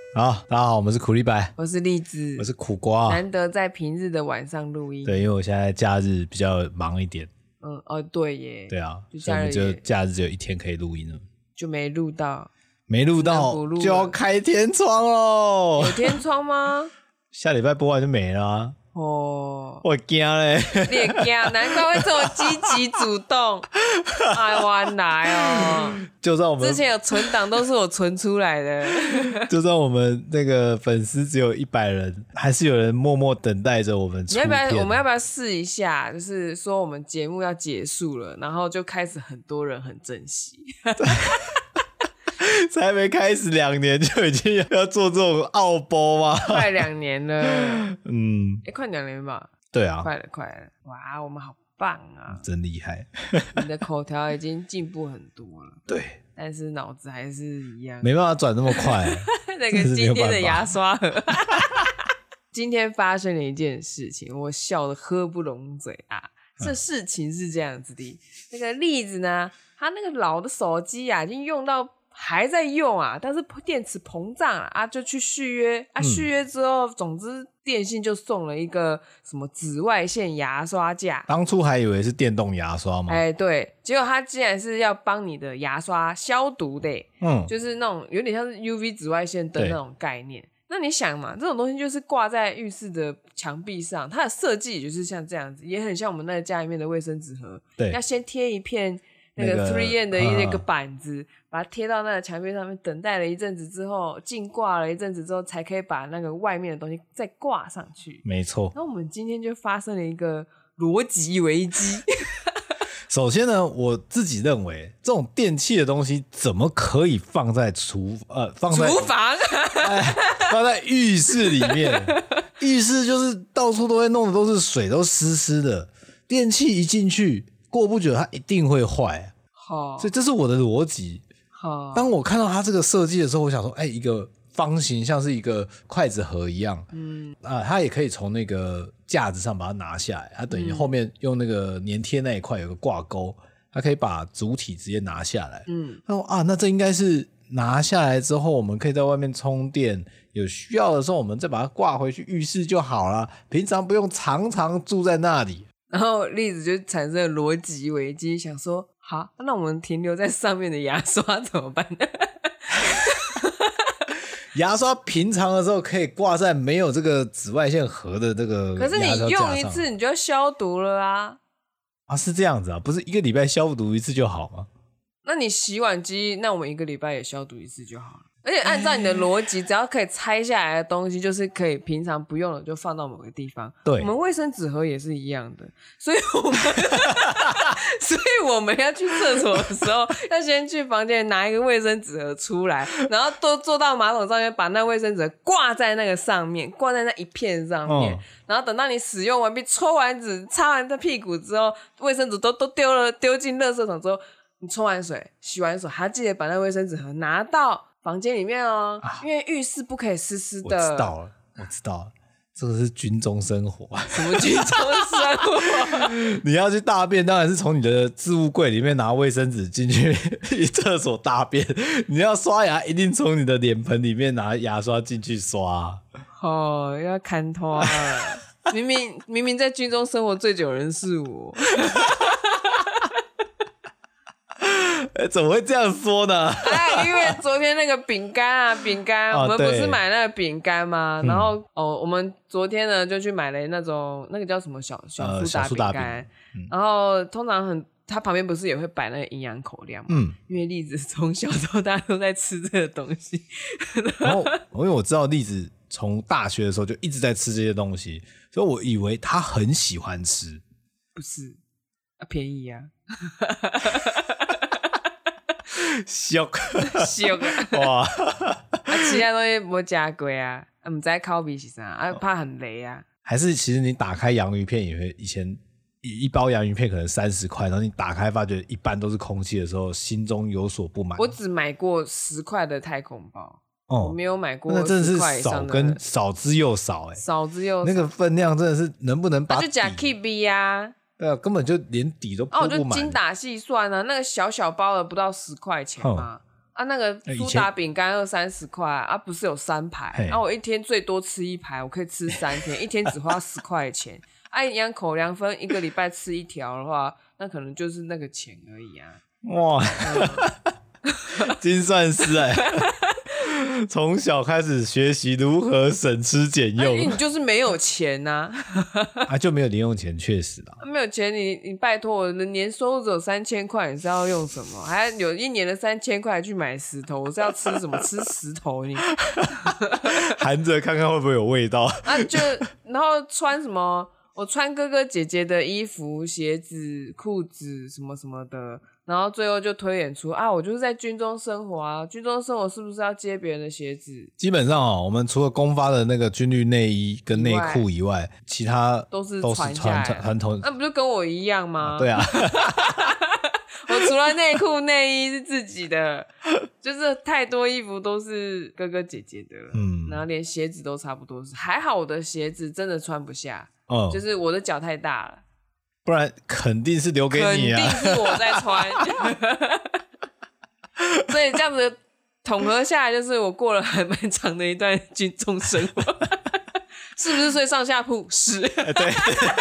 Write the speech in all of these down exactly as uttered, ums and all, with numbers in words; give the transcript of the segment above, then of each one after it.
好，大家好，我们是苦力白， 我是栗子， 我是苦瓜。 难得在平日的晚上录音。 对，因为我现在假日比较忙一点。 嗯，哦，对耶。 对啊， 就所以我们就假日也假日只有一天可以录音了， 就没录到， 没录到只能不录了就要开天窗喽。 有天窗吗？ 下礼拜播完就没了啊。 哦， 我惊嘞， 你也惊，难怪会这么积极主动。哎，我来哦！ 就算我们之前有存档都是我存出来的。 就算我们那个粉丝只有一百人，还是有人默默等待着我们出你要不要？ 片我们要不要试一下？就是说我们节目要结束了，然后就开始很多人很珍惜。 才没开始两年就已经要做这种奥播吗？ 快两年了， 嗯， 哎，快两年吧。 对啊， 快了，快了！哇，我们好棒啊！ 真厉害。 你的口条已经进步很多了， 对， 但是脑子还是一样。 没办法转那么快。 那个今天的牙刷盒，今天发生了一件事情，我笑得合不拢嘴啊！这事情是这样子的，那个栗子呢，他那个老的手机啊，已经用到。还在用啊，但是电池膨胀了啊，就去续约啊，续约之后，嗯、总之电信就送了一个什么紫外线牙刷架。 当初还以为是电动牙刷嘛， 哎，对，结果它竟然是要帮你的牙刷消毒的， 嗯， 就是那种有点像是 U V 紫外线灯那种概念。那你想嘛，这种东西就是挂在浴室的墙壁上，它的设计也就是像这样子，也很像我们那个家里面的卫生纸盒，对，要先贴一片。那个 three M 的一个板子，嗯、把它贴到那个墙壁上面，等待了一阵子之后，静挂了一阵子之后，才可以把那个外面的东西再挂上去。 没错。 那我们今天就发生了一个逻辑危机。 首先呢，我自己认为这种电器的东西怎么可以放在厨呃放在厨房， 哎，放在浴室里面？浴室就是到处都会弄的都是水，都湿湿的，电器一进去。过不久它一定会坏， 好， 所以这是我的逻辑。 好， 当我看到它这个设计的时候，我想说，哎、欸，一个方形像是一个筷子盒一样，嗯啊，它也可以从那个架子上把它拿下来，它等于后面用那个粘贴那一块有个挂钩，它可以把主体直接拿下来。嗯，他说啊，那这应该是拿下来之后，我们可以在外面充电，有需要的时候我们再把它挂回去浴室就好了，平常不用常常住在那里。 然后栗子就产生了逻辑危机，想说好，那我们停留在上面的牙刷怎么办呢？ 牙刷平常的时候可以挂在没有这个紫外线盒的这个牙刷架上，可是你用一次你就要消毒了啊！ 啊，是这样子啊，不是一个礼拜消毒一次就好吗？ 那你洗碗机，那我们一个礼拜也消毒一次就好了。而且按照你的逻辑，只要可以拆下来的东西，就是可以平常不用了就放到某个地方。 对， 我们卫生纸盒也是一样的，所以我们所以我们要去厕所的时候，要先去房间拿一个卫生纸盒出来，然后都坐到马桶上面，把那卫生纸盒挂在那个上面，挂在那一片上面，嗯、然后等到你使用完毕，抽完纸、擦完这屁股之后，卫生纸都都丢了，丢进垃圾桶之后，你冲完水、洗完手，还要记得把那卫生纸盒拿到房间里面哦，啊、因为浴室不可以湿湿的。 我知道了，我知道了，这个是军中生活。 什么军中生活？ 你要去大便，当然是从你的置物柜里面拿卫生纸进去厕所大便。你要刷牙，一定从你的脸盆里面拿牙刷进去刷。 哦，要看拖。明明明明在军中生活最久的人是我。 欸、怎么会这样说呢？ 哎，因为昨天那个饼干啊，饼干、哦，我们不是买那个饼干吗？然后、嗯、哦，我们昨天呢就去买了那种那个叫什么小小苏打饼干、呃，然后通常很，它旁边不是也会摆那个营养口粮嘛？嗯，因为栗子从小到大都在吃这个东西， 然后因为我知道栗子从大学的时候就一直在吃这些东西，所以我以为他很喜欢吃， 不是啊，便宜啊。 俗俗啊！哇！啊，其他东西没吃过啊，啊，不知道口味是啥，啊，怕很雷啊。 还是其实你打开洋芋片也会，以前一包洋芋片可能三十块，然后你打开发觉一半都是空气的时候，心中有所不满。 我只买过十块的太空包，哦，我没有买过十块以上的。那真的是少跟少之又少哎、欸， 少之又少。 那个分量真的是能不能把底？ 那就加 K B 啊。 对啊，根本就连底都铺不满。 哦，我就精打细算啊，那个小小包的不到十块钱嘛。 啊，那个苏打饼干二三十块啊，不是有三排，啊，我一天最多吃一排，我可以吃三天，一天只花十块钱。啊，营养口粮分一个礼拜吃一条的话，那可能就是那个钱而已啊。 哇，嗯、精算师哎、欸，从小开始学习如何省吃俭用。 你就是没有钱呐、 啊，啊就没有零用钱，确实啦。 没有钱你，你拜托我的年收入只有三千块，你是要用什么？还有一年的三千块去买石头，我是要吃什么？吃石头你？ 含着看看会不会有味道啊？就然后穿什么？我穿哥哥姐姐的衣服、鞋子、裤子什么什么的，然后最后就推演出啊，我就是在军中生活啊，军中生活是不是要接别人的鞋子？ 基本上哦，我们除了公发的那个军绿内衣跟内裤以外，其他都是都是传传统， 那不就跟我一样吗？ 啊对啊， 我除了内裤、内衣是自己的，就是太多衣服都是哥哥姐姐的了，嗯，然后连鞋子都差不多是，还好我的鞋子真的穿不下。嗯，就是我的脚太大了， 不然肯定是留给你啊， 肯定是我在穿。所以这样子统合下来，就是我过了还蛮长的一段军中生活。是不是睡上下铺？是， 对，对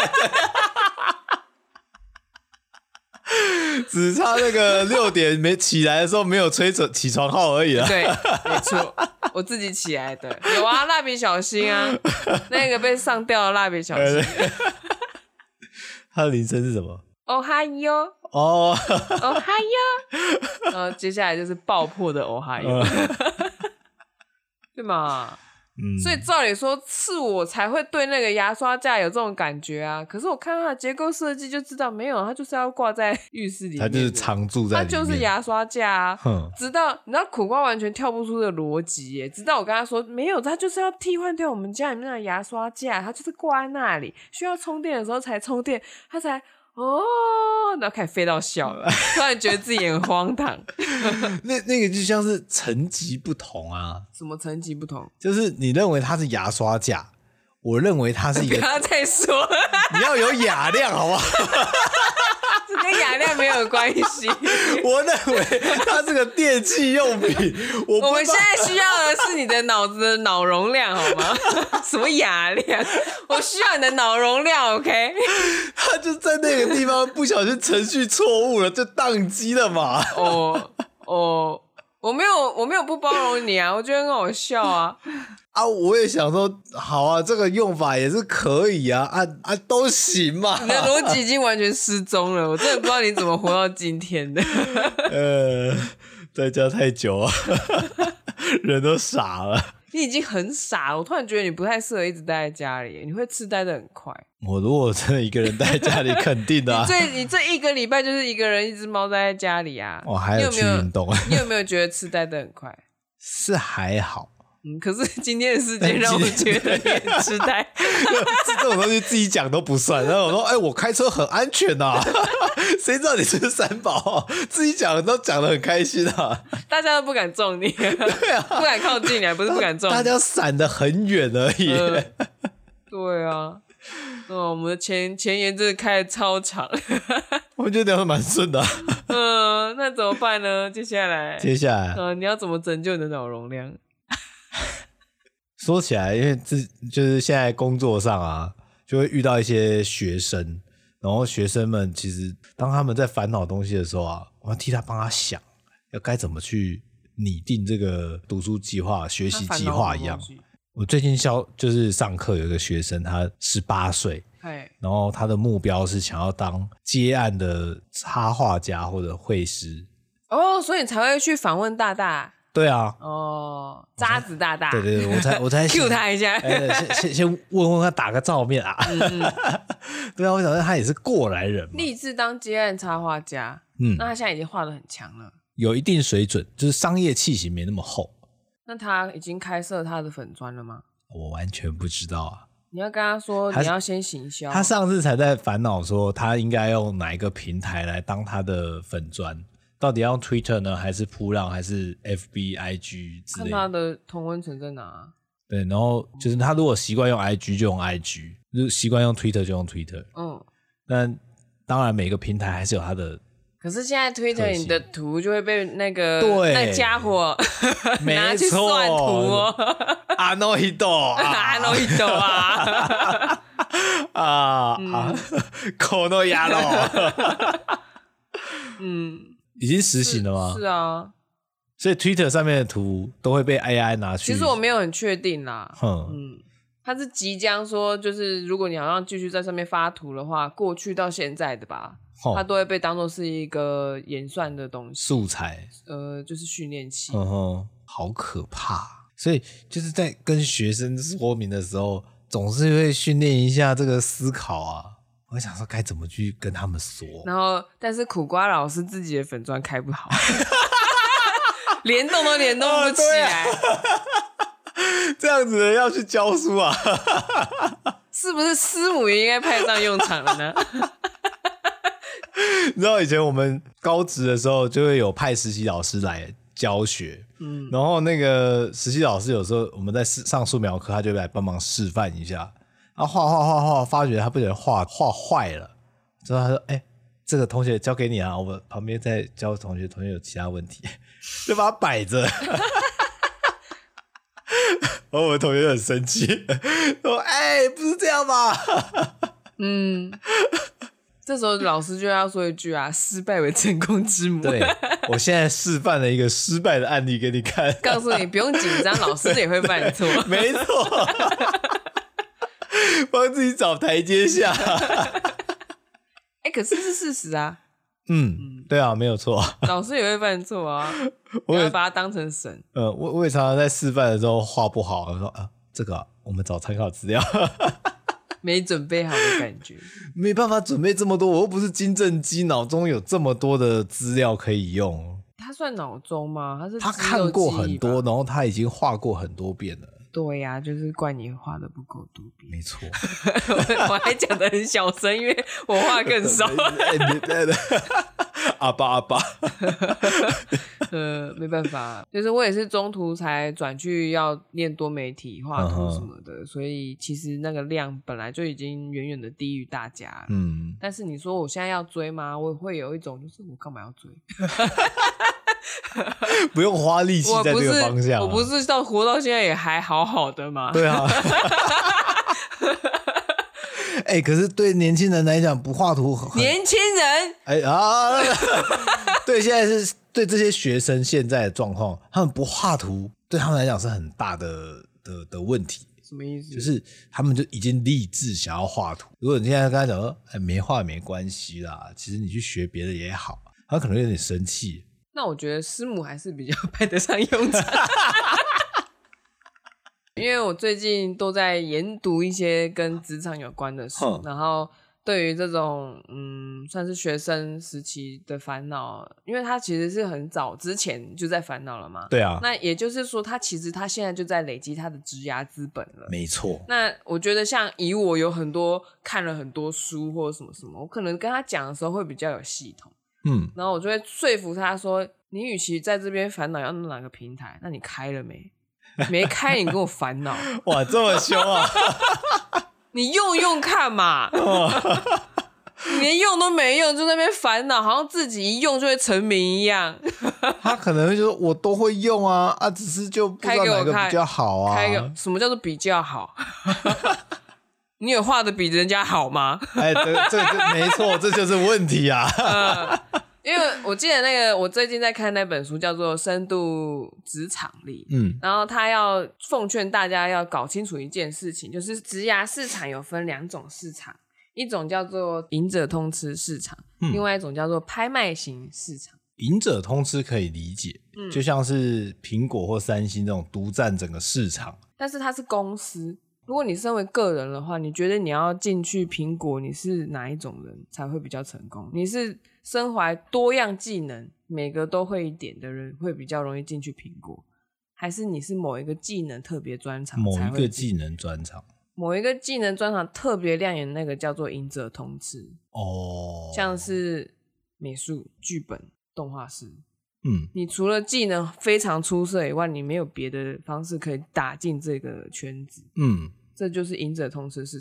只差那个六点没起来的时候没有吹起床号而已啦。 对，没错，我自己起来的。有啊，蜡笔小新啊，那个被上吊的蜡笔小新。 他的铃声是什么？ 哦哈哟， 哦， 哦哈哟，然后接下来就是爆破的哦哈哟，对吗？嗯，所以照理说是我才会对那个牙刷架有这种感觉啊，可是我看它的结构设计就知道没有，它就是要挂在浴室里面， 它就是常驻在里面， 它就是牙刷架啊。直到你知道苦瓜完全跳不出的逻辑耶，直到我跟他说没有，它就是要替换掉我们家里面的牙刷架，它就是挂在那里，需要充电的时候才充电，它才哦，然后开始飞到笑了，突然觉得自己很荒唐。 那那个就像是层级不同啊。 什么层级不同？ 就是你认为它是牙刷架，我认为它是一个。 不要再说了， 你要有雅量，好不好？ 这跟雅量没有关系。 我认为它是个电器用品。我, 我们现在需要的是你的脑子的脑容量，好吗？什么雅量？我需要你的脑容量 ，OK？ 他就在那个地方不小心程序错误了，就宕机了嘛。 哦哦，我没有我没有不包容你啊，我觉得很好笑啊。 啊，我也想说，好啊，这个用法也是可以啊，啊啊，都行嘛。 你的逻辑已经完全失踪了，我真的不知道你怎么活到今天的。 呃，在家太久了，人都傻了。 你已经很傻了，我突然觉得你不太适合一直待在家里，你会痴呆的很快。 我如果真的一个人待在家里，肯定的、啊。 你这你这一个礼拜就是一个人一只猫待在家里啊。 我还有去运动。 你有没有觉得痴呆的很快？ 是还好。 嗯，可是今天的事件让我觉得你很痴呆。 这种东西自己讲都不算，然后我说：“哎、欸，我开车很安全啊，谁知道你是三宝？自己讲都讲得很开心啊， 大家都不敢撞你，对啊，不敢靠近你，还不是不敢撞你， 大家闪得很远而已。呃” 对啊，哦，我们的前前言真的开得超长， 我觉得聊得蛮顺的、啊。 嗯，那怎么办呢？接下来， 接下来， 嗯，你要怎么拯救你的脑容量？ 说起来，因为这就是现在工作上啊，就会遇到一些学生，然后学生们其实当他们在烦恼东西的时候啊，我要替他帮他想，要该怎么去拟定这个读书计划、学习计划一样。我最近教就是上课有一个学生，他十八岁，然后他的目标是想要当接案的插画家或者绘师。 哦，所以你才会去访问大大。 对啊， 哦，渣子大大， 对对对，我才我才 Q 他一下， 哎、先先先问问他打个照面啊，嗯嗯对啊，我想说他也是过来人嘛， 立志当接案插画家，嗯，那他现在已经画得很强了， 有一定水准，就是商业气息没那么厚。 那他已经开设他的粉专了吗？ 我完全不知道啊。 你要跟他说，你要先行销。 他上次才在烦恼说，他应该用哪一个平台来当他的粉专。到底要用 Twitter 呢，还是噗浪，还是 F B、I G 之类的？ 看他的同温层在哪、啊？ 对，然后就是他如果习惯用 I G 就用 I G， 如果习惯用 Twitter 就用 Twitter。嗯，那当然每个平台还是有它的可是现在 Twitter 你的图就会被那个对那家伙拿去算图哦， 阿诺伊多， 阿诺伊多啊， 啊啊，口诺亚罗， 嗯， 已经实行了吗？ 是啊， 所以 Twitter 上面的图都会被 A I 拿去。 其实我没有很确定啦， 嗯嗯，它是即将说，就是如果你好像继续在上面发图的话，过去到现在的吧，它都会被当作是一个演算的东西， 素材， 呃，就是训练器。 嗯哼，好可怕。所以就是在跟学生说明的时候，总是会训练一下这个思考啊。我想说该怎么去跟他们说， 然后但是苦瓜老师自己的粉专开不好，联动都联动不起来。 哦这样子的要去教书啊， 是不是师母也应该派上用场了呢？ 你知道以前我们高职的时候就会有派实习老师来教学，嗯，然后那个实习老师有时候我们在上素描课，他就来帮忙示范一下，然后画画画画，发觉他不小心画画坏了，之后他说：“哎、欸，这个同学交给你啊，我旁边在教同学，同学有其他问题，就把它摆着。”然后我的同学很生气，说：“哎、欸，不是这样吧？” 嗯，这时候老师就要说一句啊：“失败为成功之母。” 对，我现在示范了一个失败的案例给你看， 告诉你不用紧张，老师也会犯错。 没错，帮自己找台阶下。 哎、欸，可是是事实啊。 嗯，对啊，没有错， 老师也会犯错啊，我要把他当成神。 呃，我我也常常在示范的时候画不好，我说啊，这个、啊、我们找参考资料， 没准备好的感觉， 没办法准备这么多，我又不是金正基，脑中有这么多的资料可以用。 他算脑中吗？他是他看过很多，然后他已经画过很多遍了。 对呀、啊，就是怪你画的不够多遍。 没错， 我还讲得很小声，因为我画更少。 阿爸阿爸， 呃，没办法，就是我也是中途才转去要练多媒体画图什么的， uh-huh. 所以其实那个量本来就已经远远的低于大家了。嗯，但是你说我现在要追吗？我会有一种就是我干嘛要追？ 不用花力气在这个方向、啊我不是，我不是到活到现在也还好好的吗？ 对啊。哎、欸，可是对年轻人来讲，不画图很， 年轻人， 哎、欸、啊，对，现在是对这些学生现在的状况，他们不画图，对他们来讲是很大的的的问题。 什么意思？ 就是他们就已经立志想要画图。如果你现在跟他讲说，哎、欸，没画没关系啦，其实你去学别的也好，他可能有点生气。 那我觉得师母还是比较派得上用场。因为我最近都在研读一些跟职场有关的书，然后对于这种嗯算是学生时期的烦恼，因为他其实是很早之前就在烦恼了嘛。 对啊， 那也就是说他其实他现在就在累积他的职涯资本了。 没错。 那我觉得像以我有很多看了很多书或者什么什么，我可能跟他讲的时候会比较有系统。嗯，然后我就会说服他说，你与其在这边烦恼要弄哪个平台，那你开了没？没开你跟我烦恼。 哇，这么凶啊。 你用用看嘛。你连用都没用就在那边烦恼，好像自己一用就会成名一样。 他可能会说我都会用啊，啊只是就不知道哪个比较好啊。 开个什么叫做比较好？你有画的比人家好吗？ 哎，这这这没错，这就是问题啊。 呃因为我记得那个，我最近在看那本书叫做《深度职场力》，嗯，然后他要奉劝大家要搞清楚一件事情，就是职涯市场有分两种市场，一种叫做赢者通吃市场，嗯，另外一种叫做拍卖型市场。 赢者通吃可以理解，嗯，就像是苹果或三星这种独占整个市场， 但是它是公司。如果你身为个人的话，你觉得你要进去苹果，你是哪一种人才会比较成功？你是身怀多样技能，每个都会一点的人会比较容易进去苹果，还是你是某一个技能特别专长？ 某一个技能专长， 某一个技能专长特别亮眼的那个叫做赢者通吃哦，像是美术、剧本、动画师。嗯，你除了技能非常出色以外，你没有别的方式可以打进这个圈子。嗯，这就是赢者通吃市场。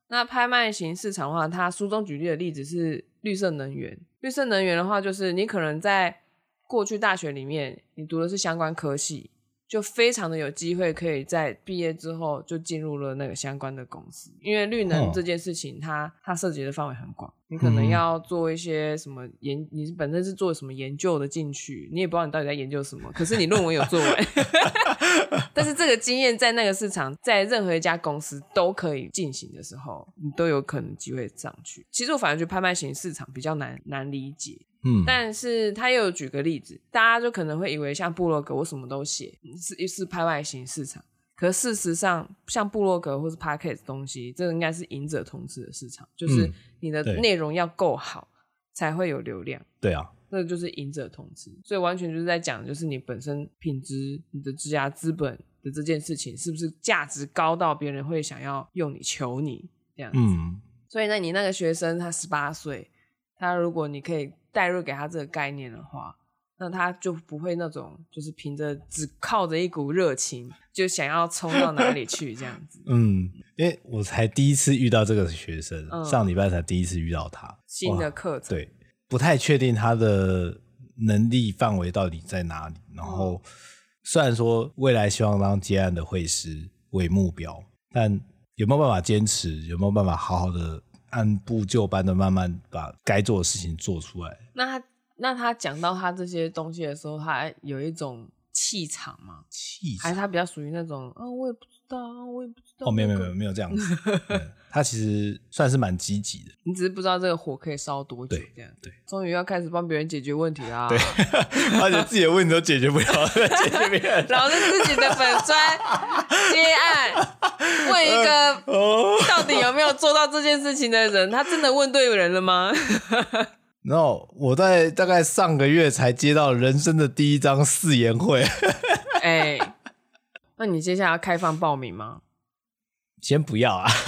那拍卖型市场的话，它书中举例的例子是绿色能源。绿色能源的话，就是你可能在过去大学里面，你读的是相关科系，就非常的有机会可以在毕业之后就进入了那个相关的公司，因为绿能这件事情它它涉及的范围很广，你可能要做一些什么研，你本身是做什么研究的进去，你也不知道你到底在研究什么，可是你论文有做完但是这个经验在那个市场，在任何一家公司都可以进行的时候，你都有可能机会上去。其实我反而觉得拍卖型市场比较难难理解，嗯，但是他又有举个例子，大家就可能会以为像部落格我什么都写是是拍卖型市场，可是事实上像部落格或是 podcast 东西，这个应该是赢者通吃的市场，就是你的内容要够好才会有流量。 对啊， 这个就是赢者通吃，所以完全就是在讲就是你本身品质、你的职涯资本的这件事情是不是价值高到别人会想要用你求你这样子。嗯，所以呢你那个学生他十八岁，他如果你可以带入给他这个概念的话，那他就不会那种就是凭着只靠着一股热情就想要冲到哪里去这样子。 嗯，因为我才第一次遇到这个学生、嗯、上礼拜才第一次遇到他新的课程， 对，不太确定他的能力范围到底在哪里，然后虽然说未来希望当接案的会师为目标，但有没有办法坚持，有没有办法好好的按部就班的慢慢把该做的事情做出来。 那他那他讲到他这些东西的时候，他有一种气场吗？ 气场还是他比较属于那种啊，我也不知道，我也不知道。 哦，没有没有没有没有这样子他其实算是蛮积极的， 你只是不知道这个火可以烧多久。这样对，终于要开始帮别人解决问题啦。 对，而且自己的问题都解决不了，解决别人， 老是自己的粉专接案，问一个到底有没有做到这件事情的人，他真的问对人了吗？ 然后我在大概上个月才接到人生的第一张誓言会哎、欸，那你接下来要开放报名吗？ 先不要啊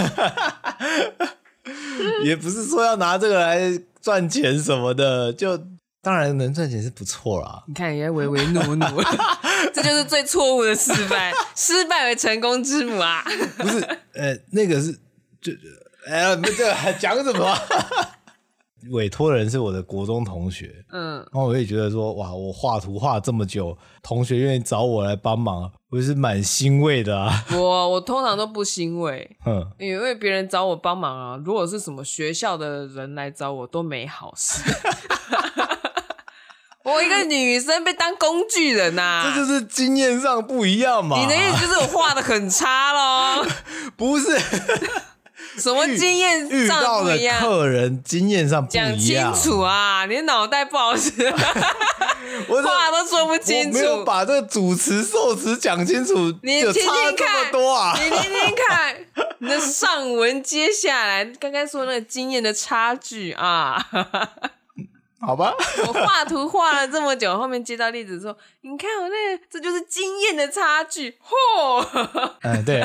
也不是说要拿这个来赚钱什么的，就当然能赚钱是不错啦。 你看人家唯唯诺诺这就是最错误的示范失败为成功之母啊不是呃，那个是就哎，这个还讲什么委托人是我的国中同学，嗯，然后我也觉得说，哇，我画图画这么久，同学愿意找我来帮忙，我是蛮欣慰的啊。 我我通常都不欣慰，嗯，因为别人找我帮忙啊，如果是什么学校的人来找我，都没好事。我一个女生被当工具人啊， 这就是经验上不一样嘛。 你的意思就是我画的很差咯？ 不是。 什么经验上不一样？ 遇到的客人经验上不一样， 讲清楚啊！你脑袋不好使我话都说不清楚， 我没有把这个主词受词讲清楚， 你听听看， 这么多啊！ 你听听看，你的上文接下来刚刚说那个经验的差距啊， 好吧， 我画图画了这么久，后面接到例子说，你看我那个，这就是经验的差距，嚯！ 嗯，对。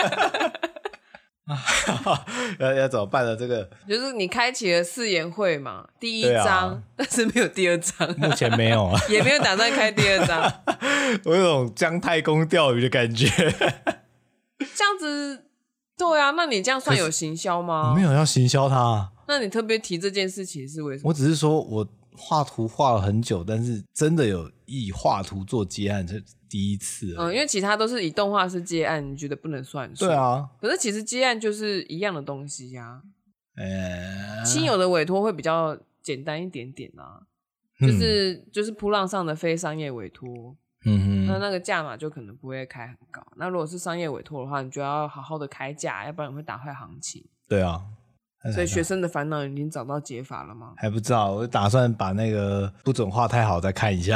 要要怎么办呢？这个就是你开启了誓言会嘛，第一章、啊，但是没有第二章， 目前没有啊， 也没有打算开第二章。 我有种姜太公钓鱼的感觉。 这样子，对啊，那你这样算有行销吗？ 我没有要行销它、啊。 那你特别提这件事情是为什么？ 我只是说我画图画了很久，但是真的有以画图做接案，这第一次。 嗯，因为其他都是以动画师接案，你觉得不能算数？ 对啊。 可是其实接案就是一样的东西呀、啊。 呃， 亲友的委托会比较简单一点点啊，嗯、就是就是扑浪上的非商业委托。嗯哼。那那个价码就可能不会开很高。那如果是商业委托的话，你就要好好的开价，要不然你会打坏行情。 对啊。 所以学生的烦恼已经找到解法了吗？ 还不知道，我打算把那个不准画太好再看一下。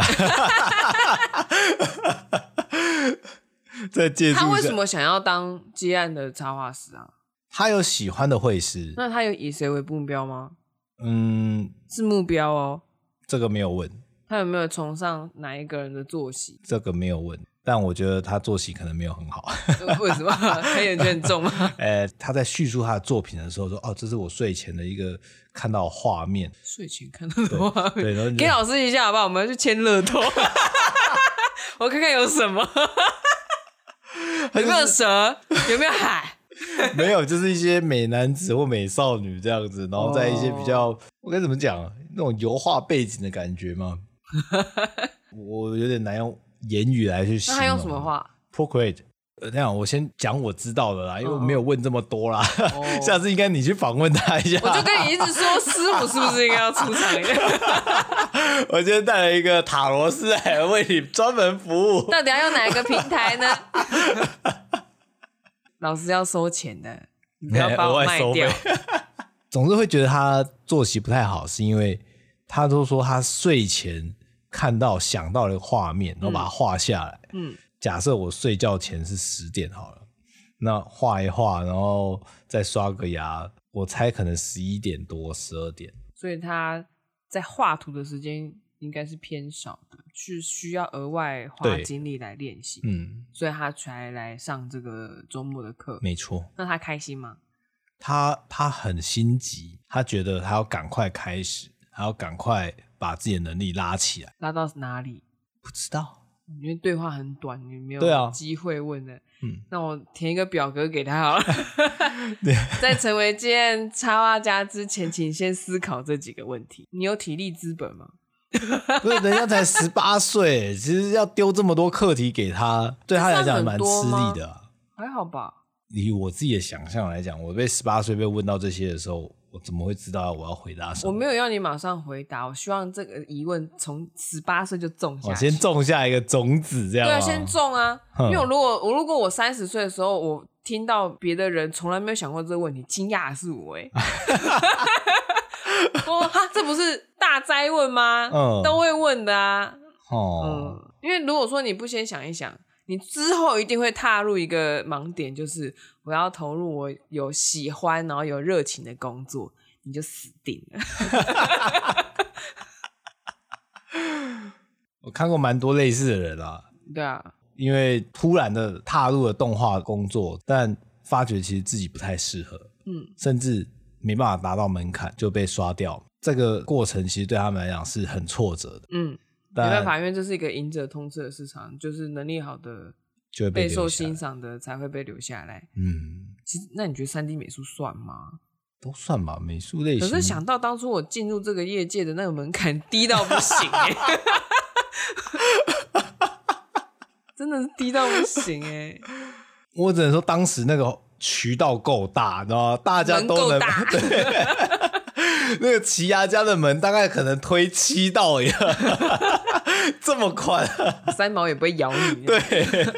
再借助一下。 他为什么想要当接案的插画师啊？ 他有喜欢的绘师。 那他有以谁为目标吗？ 嗯， 是目标哦。这个没有问。 他有没有崇尚哪一个人的作息？ 这个没有问。但我觉得他作息可能没有很好。 为什么？他眼睛很重吗？ 呃，他在叙述他的作品的时候说：“哦，这是我睡前的一个看到画面。” 睡前看到的画面。 对，然后给老师一下好不好？我们要去签乐透，我看看有什么。有没有蛇？有没有海？ 没有，就是一些美男子或美少女这样子，然后在一些比较、哦、我该怎么讲，那种油画背景的感觉吗？我有点难用言语来去形容。 那他用什么画 ？Procreate。呃，这样我先讲我知道的啦，因为我没有问这么多啦。 哦、 下次应该你去访问他一下。 我就跟你一直说，师傅是不是应该要出场一下？ 我今天带了一个塔罗师来为你专门服务。 到底要用哪一个平台呢？老师要收钱的，你不要把我卖掉。 总是会觉得他作息不太好，是因为他都说他睡前看到想到了一个画面，然后把它画下来。嗯。假设我睡觉前是十点好了，那画一画，然后再刷个牙，我猜可能十一点多、十二点。 所以他在画图的时间应该是偏少的，是需要额外花精力来练习。嗯，所以他才来上这个周末的课。 没错。 那他开心吗？ 他他很心急，他觉得他要赶快开始，他要赶快把自己的能力拉起来。 拉到哪里？ 不知道。 因为对话很短，你没有机会问的。嗯，那我填一个表格给他好了。在成为接案插画家之前，请先思考这几个问题。你有体力资本吗？ 不是，人家才十八岁，其实要丢这么多课题给他，对他来讲蛮吃力的、啊。 还好吧。 以我自己的想象来讲，我被十八岁被问到这些的时候，我怎么会知道我要回答什么？ 我没有要你马上回答，我希望这个疑问从十八岁就种下去。 我先种下一个种子，这样。 对啊，先种啊。因为我如果我如果我三十岁的时候，我听到别的人从来没有想过这个问题，惊讶的是我哎、欸。我哈，这不是大哉问吗？嗯，都会问的啊。哦，嗯，因为如果说你不先想一想。你之后一定会踏入一个盲点，就是我要投入我有喜欢然后有热情的工作，你就死定了。 我看过蛮多类似的人啊。 对啊， 因为突然的踏入了动画工作，但发觉其实自己不太适合，嗯，甚至没办法达到门槛就被刷掉。这个过程其实对他们来讲是很挫折的，嗯。没办法，因为这是一个赢者通吃的市场，就是能力好的就会备受欣赏的才会被留下来。嗯，其实那你觉得 三 D 美术算吗？ 都算吧，美术类型。 可是想到当初我进入这个业界的那个门槛低到不行哎、欸，真的是低到不行哎、欸。 我只能说当时那个渠道够大，你知道吗？大家都能。那个奇牙家的门大概可能推七道一样，这么宽、啊， 三毛也不会咬你。 对，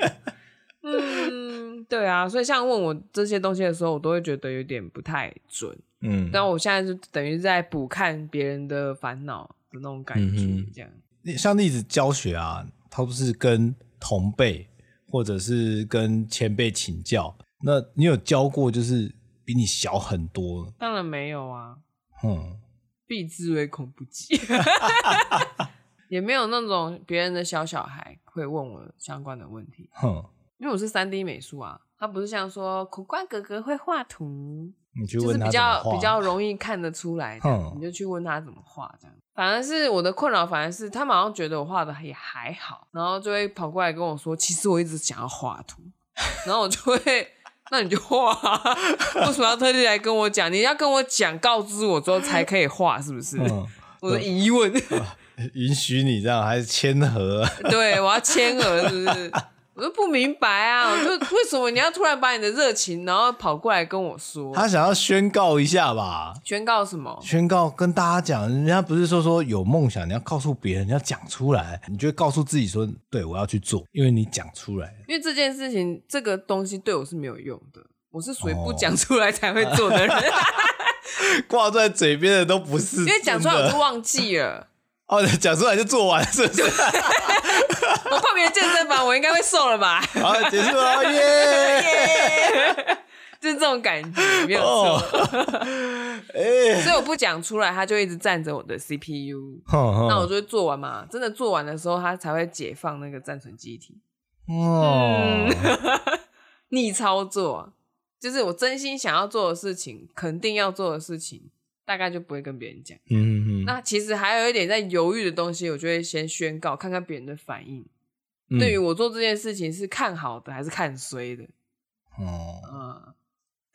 嗯，对啊，所以像问我这些东西的时候，我都会觉得有点不太准。嗯，但我现在就等于在补看别人的烦恼的那种感觉，这样。 嗯、像例子教学啊，他不是跟同辈或者是跟前辈请教，那你有教过就是比你小很多？ 当然没有啊。嗯，避之唯恐不及。也没有那种别人的小小孩会问我相关的问题。哼，因为我是 三 D 美术啊，他不是像说苦瓜哥哥会画图， 你去问他就是比较比较容易看得出来的，你就去问他怎么画这样。反而是我的困扰，反而是他们好像觉得我画的也还好，然后就会跑过来跟我说，其实我一直想要画图，然后我就会。那你就画、啊，为什么要特地来跟我讲？你要跟我讲，告知我之后才可以画，是不是？嗯、我的疑问， 允许你这样还是签合？ 对，我要签合，是不是？我就不明白啊，我就为什么你要突然把你的热情，然后跑过来跟我说？ 他想要宣告一下吧？ 宣告什么？ 宣告跟大家讲，人家不是说说有梦想，你要告诉别人，你要讲出来，你就会告诉自己说，对我要去做，因为你讲出来。 因为这件事情，这个东西对我是没有用的，我是属于不讲出来才会做的人。哦、 挂在嘴边的都不是，因为讲出来我就忘记了。 哦，讲出来就做完，是不是？ 我报名健身房，我应该会瘦了吧？ 好，結束了，耶、 yeah! 就是这种感觉，没有错。哦欸、所以我不讲出来，他就一直占着我的 C P U。那我就会做完嘛，真的做完的时候，他才会解放那个暂存记忆体。哦，嗯、逆操作，就是我真心想要做的事情，肯定要做的事情。大概就不会跟别人讲。嗯嗯。那其实还有一点在犹豫的东西，我就会先宣告，看看别人的反应。嗯、对于我做这件事情是看好的还是看衰的？哦。嗯。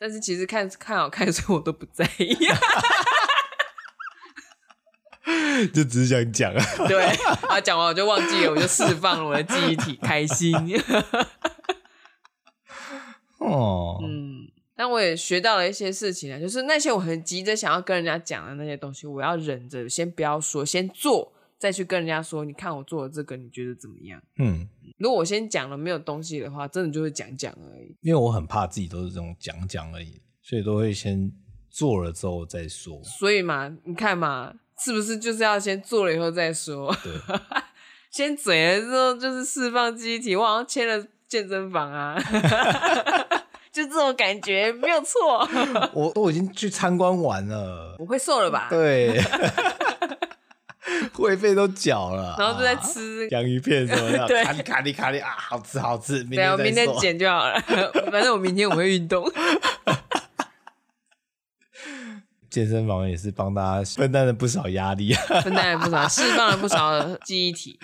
但是其实看看好看，所以我都不在意。 就只是想讲啊。 对，啊，讲完我就忘记了，我就释放了我的记忆体，开心。 哦， 嗯，但我也学到了一些事情啊，就是那些我很急着想要跟人家讲的那些东西，我要忍着，先不要说，先做，再去跟人家说，你看我做的这个，你觉得怎么样？ 嗯， 如果我先讲了没有东西的话，真的就是讲讲而已。 因为我很怕自己都是这种讲讲而已，所以都会先做了之后再说。 所以嘛，你看嘛，是不是就是要先做了以后再说？ 对， 先嘴了之后就是释放记忆体，我好像签了健身房啊。就这种感觉没有错。 我都已经去参观完了， 我会瘦了吧？ 对，会费都缴了， 然后就在吃洋芋片什么的， 对卡里卡里卡里啊，好吃好吃，明对啊，我天再说。 明天减就好了。反正我明天我会运动。 健身房也是帮大家分担了不少压力， 分担了不少，释放了不少的记忆体。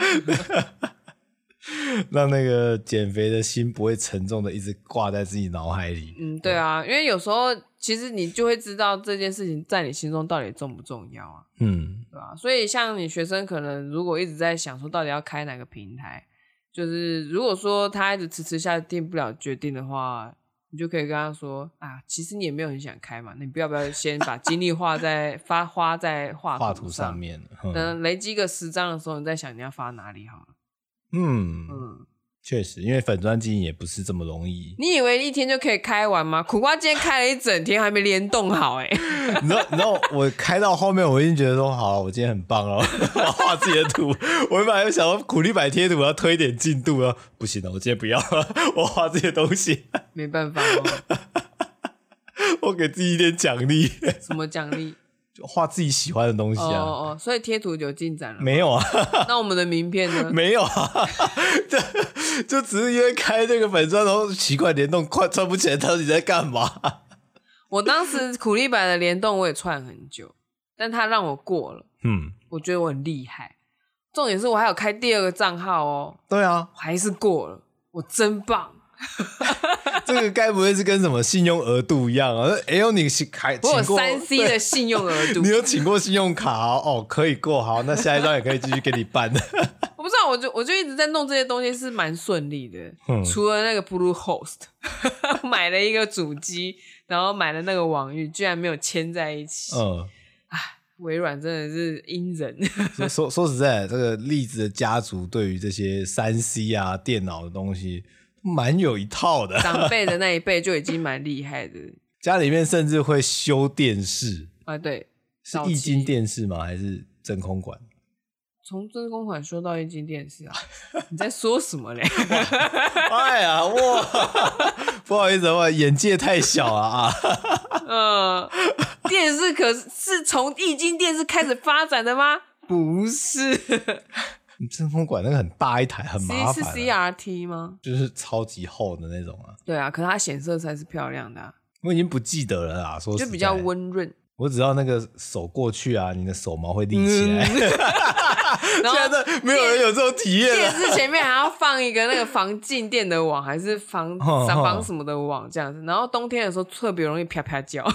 让那个减肥的心不会沉重的一直挂在自己脑海里。 嗯，对啊，因为有时候其实你就会知道这件事情在你心中到底重不重要啊， 嗯， 对吧？所以像你学生可能如果一直在想说到底要开哪个平台，就是如果说他一直迟迟下定不了决定的话，你就可以跟他说啊，其实你也没有很想开嘛，你不要不要先把精力花在发花在画画图图上面， 等、嗯、累积个十张的时候，你再想你要发哪里好了。 嗯嗯， 确实，因为粉专经营也不是这么容易。 你以为一天就可以开完吗？苦瓜今天开了一整天，还没联动好哎、欸。 你知道，你知道我开到后面，我已经觉得说，好了，我今天很棒了，我要画自己的图。我本来想说苦力白贴图要推点进度了，不行了，我今天不要了，我画自己的东西。 没办法哦， 我给自己一点奖励。 什么奖励？ 就画自己喜欢的东西啊。 哦哦哦，所以贴图有进展了？ 没有啊。 那我们的名片呢？ 没有啊，就就只是因为开这个粉专，然后奇怪联动快串不起来，到底在干嘛？ 我当时苦力白的联动我也串很久，但他让我过了， 嗯， 我觉得我很厉害。重点是我还有开第二个账号哦， 对啊， 还是过了，我真棒。 这个该不会是跟什么信用额度一样啊？哎呦，你开我有请过三 C 的信用额度， 你有请过信用卡哦？哦，可以过，好，那下一张也可以继续给你办。 我不知道，我就我就一直在弄这些东西，是蛮顺利的。 嗯、 除了那个 Bluehost 买了一个主机，然后买了那个网域，居然没有牵在一起。 嗯， 微软真的是阴人。 说说实在的，这个栗子的家族对于这些三 C 啊、电脑的东西蛮有一套的。 长辈的那一辈就已经蛮厉害的， 家里面甚至会修电视啊，对， 是液晶电视吗？还是真空管？ 从真空管修到液晶电视啊？你在说什么嘞？ 哎呀，哇，不好意思，我眼界太小了啊。 嗯，电视可是从液晶电视开始发展的吗？不是， 真空管那个很大一台，很麻烦、啊。 是 C R T 吗？ 就是超级厚的那种啊。 对啊，可是它显色才是漂亮的、啊。 我已经不记得了啦，说实在就比较温润。 我只知道那个手过去啊，你的手毛会立起来。嗯、 然后现在没有人有这种体验。 电视前面还要放一个那个防静电的网，还是防防什么的网这样子。然后冬天的时候特别容易啪啪叫。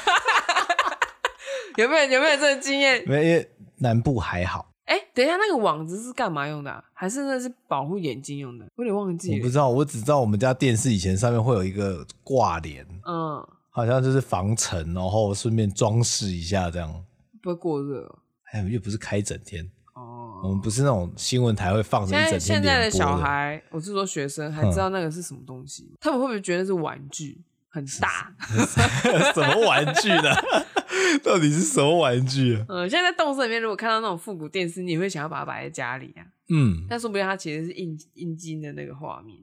有没有有没有这个经验？ 没有，因为南部还好。 哎、欸，等一下，那个网子是干嘛用的、啊？还是那是保护眼睛用的？我有点忘记了。 我不知道，我只知道我们家电视以前上面会有一个挂帘，嗯，好像就是防尘，然后顺便装饰一下这样。 不会过热、哦？ 哎，又不是开整天哦。我们不是那种新闻台会放着一整天现在现在的小的孩，我是说学生，还知道那个是什么东西、嗯？他们会不会觉得是玩具？很大？ 什么玩具呢？到底是什么玩具、啊？ 嗯，现在在动森里面，如果看到那种复古电视，你会想要把它摆在家里啊。嗯，但说不定它其实是印印金的那个画面。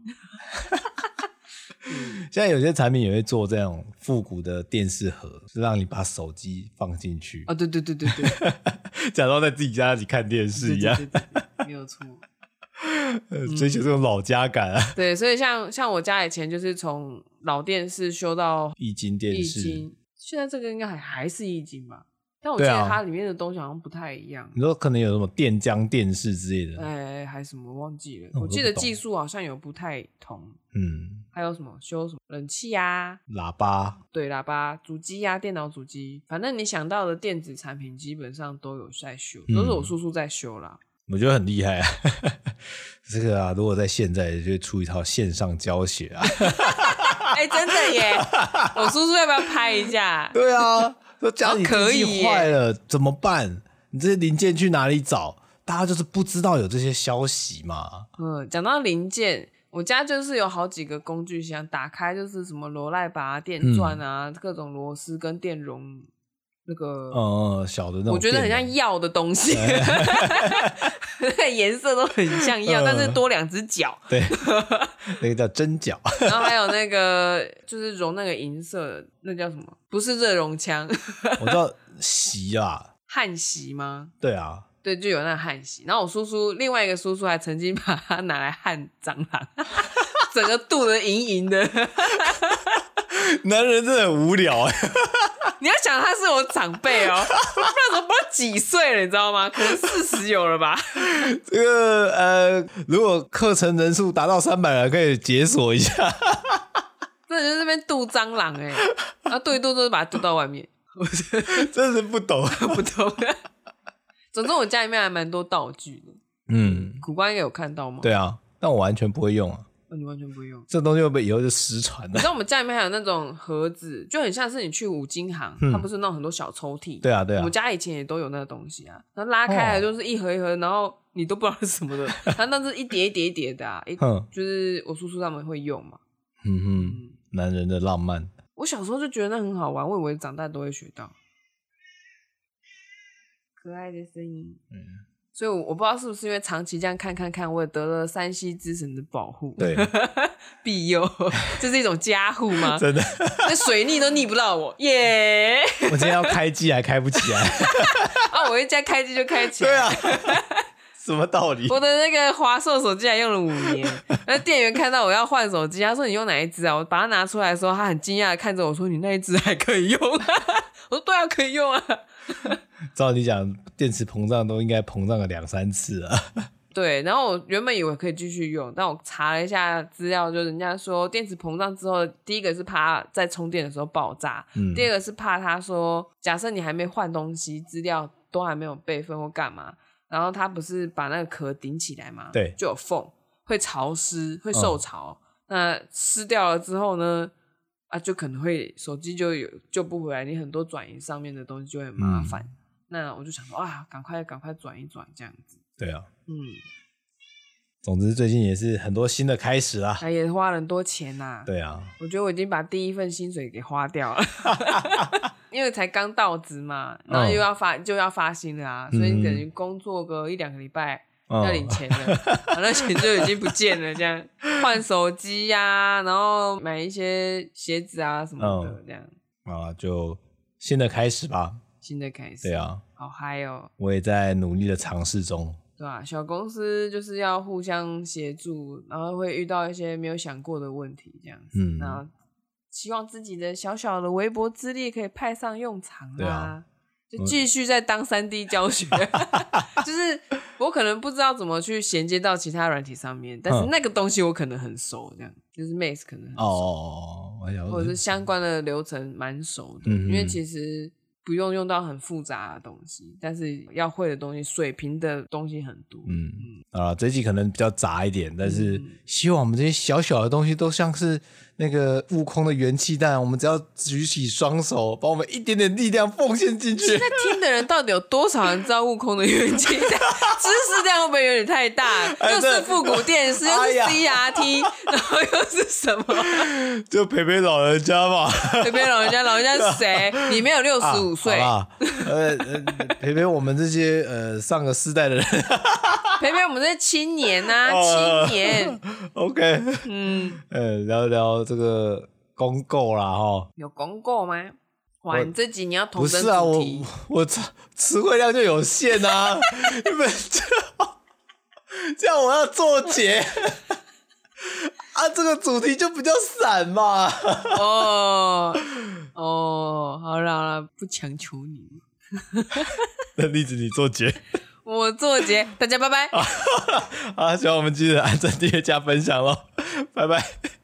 嗯、现在有些产品也会做这种复古的电视盒，是让你把手机放进去。 哦，对对对对对， 假装在自己家里看电视一样。 对对对对，没有错。 追求这种老家感啊。 对，所以像像我家以前就是从老电视修到液晶电视， 液晶，现在这个应该还还是液晶吧？ 但我记得它里面的东西好像不太一样。 你说可能有什么电浆电视之类的？ 哎、欸，还什么忘记了？ 我, 我记得技术好像有不太同。 嗯， 还有什么修什么冷气啊、 喇叭， 对，喇叭、主机啊、电脑主机，反正你想到的电子产品基本上都有在修，嗯、都是我叔叔在修啦。 我觉得很厉害啊！这个啊，如果在现在就会出一套线上教学啊！ 哎、欸，真的耶！我叔叔要不要拍一下？ 对啊，说家里可以坏了怎么办？你这些零件去哪里找？大家就是不知道有这些消息嘛。 嗯，讲到零件，我家就是有好几个工具箱，打开就是什么螺赖把、电钻啊、嗯、各种螺丝跟电容。那个呃、嗯、小的那种， 我觉得很像药的东西，那个颜色都很像药，嗯、但是多两只脚。 对，那个叫针脚。 然后还有那个就是融那个银色，那叫什么？不是热熔枪， 我知道锡啊， 焊锡吗？ 对啊， 对，就有那个焊锡。然后我叔叔另外一个叔叔还曾经把它拿来焊蟑螂，整个镀得银银的。 男人真的很无聊哎。 你要想他是我长辈哦，那时候不知道几岁了，你知道吗？可能四十有了吧。 这个呃，如果课程人数达到三百人，可以解锁一下。 真的就是那边渡蟑螂哎、欸，然后渡一渡就是把它渡到外面。 真是不懂， 不懂。总之我家里面还蛮多道具的。 嗯， 苦瓜应该有看到吗？ 对啊，但我完全不会用啊。 哦、你完全不会用这东西会不会以后就失传了？ 你知道我们家里面还有那种盒子，就很像是你去五金行、嗯、它不是那种很多小抽屉？ 对啊对啊， 我们家以前也都有那个东西啊，然后拉开来就是一盒一盒、哦、然后你都不知道是什么的，它那是一叠一叠一叠的啊。嗯，就是我叔叔他们会用嘛。 嗯哼，男人的浪漫。 我小时候就觉得那很好玩，我以为长大都会学到。可爱的声音。嗯。所以我不知道是不是因为长期这样看看看，我也得了山西之神的保护， 对， 庇佑，这是一种加护吗？ 真的， 那水逆都逆不到我，耶、 yeah! 我今天要开机还开不起来， 啊，我一家开机就开起来， 对啊，什么道理？ 我的那个华硕手机还用了五年，那店员看到我要换手机，他说你用哪一支啊？我把它拿出来的时候，他很惊讶的看着我说你那一支还可以用、啊，我说对啊，可以用啊。 照你讲，电池膨胀都应该膨胀了两三次了。 对，然后我原本以为可以继续用，但我查了一下资料，就人家说电池膨胀之后，第一个是怕在充电的时候爆炸，嗯、第二个是怕他说，假设你还没换东西，资料都还没有备份或干嘛，然后他不是把那个壳顶起来嘛， 对， 就有缝，会潮湿，会受潮，嗯、那湿掉了之后呢？啊，就可能会手机就有救不回来，你很多转移上面的东西就会很麻烦。嗯、那我就想说啊，赶快赶快转一转这样子。 对啊， 嗯。 总之最近也是很多新的开始啦， 啊、也花了很多钱呐、啊。 对啊， 我觉得我已经把第一份薪水给花掉了，因为才刚到职嘛，然后又要发、嗯、就要发薪了啊，所以你等于工作个一两个礼拜。要领钱了，哦、那钱就已经不见了。这样换手机呀、啊，然后买一些鞋子啊什么的，这样、 嗯、啊，就新的开始吧。 新的开始， 对啊， 好嗨哦！ 我也在努力的尝试中。 对啊，小公司就是要互相协助，然后会遇到一些没有想过的问题，这样子。嗯，然后希望自己的小小的微薄之力可以派上用场啊。 对啊， 就继续在当 三 D 教学，就是我可能不知道怎么去衔接到其他软体上面，但是那个东西我可能很熟，这样就是 Max 可能很熟， 哦， 或者是相关的流程蛮熟的，嗯、因为其实不用用到很复杂的东西，但是要会的东西，水平的东西很多。嗯嗯，啊，这一集可能比较杂一点，但是希望我们这些小小的东西都像是那个悟空的元气弹，我们只要举起双手，把我们一点点力量奉献进去。 现在听的人到底有多少人知道悟空的元气弹？知识量会不会有点太大？又是复古电视，又是 C R T，、哎、然后又是什么？ 就陪陪老人家嘛。 陪陪老人家，老人家是谁？你没有六十五岁。 啊呃，陪陪我们这些呃上个世代的人。 陪陪我们这些青年啊，青年。 OK， 嗯， 呃，聊一聊这个公购啦，哈。 有公购吗？哇，你这集你要同不是啊，我我词汇量就有限啊，你们这样这样我要做结啊，这个主题就比较散嘛。 哦哦，好了好了，不强求你。 那栗子你做结， 我做结，大家拜拜。 好，希望我们记得按赞、订阅、加分享咯，拜拜。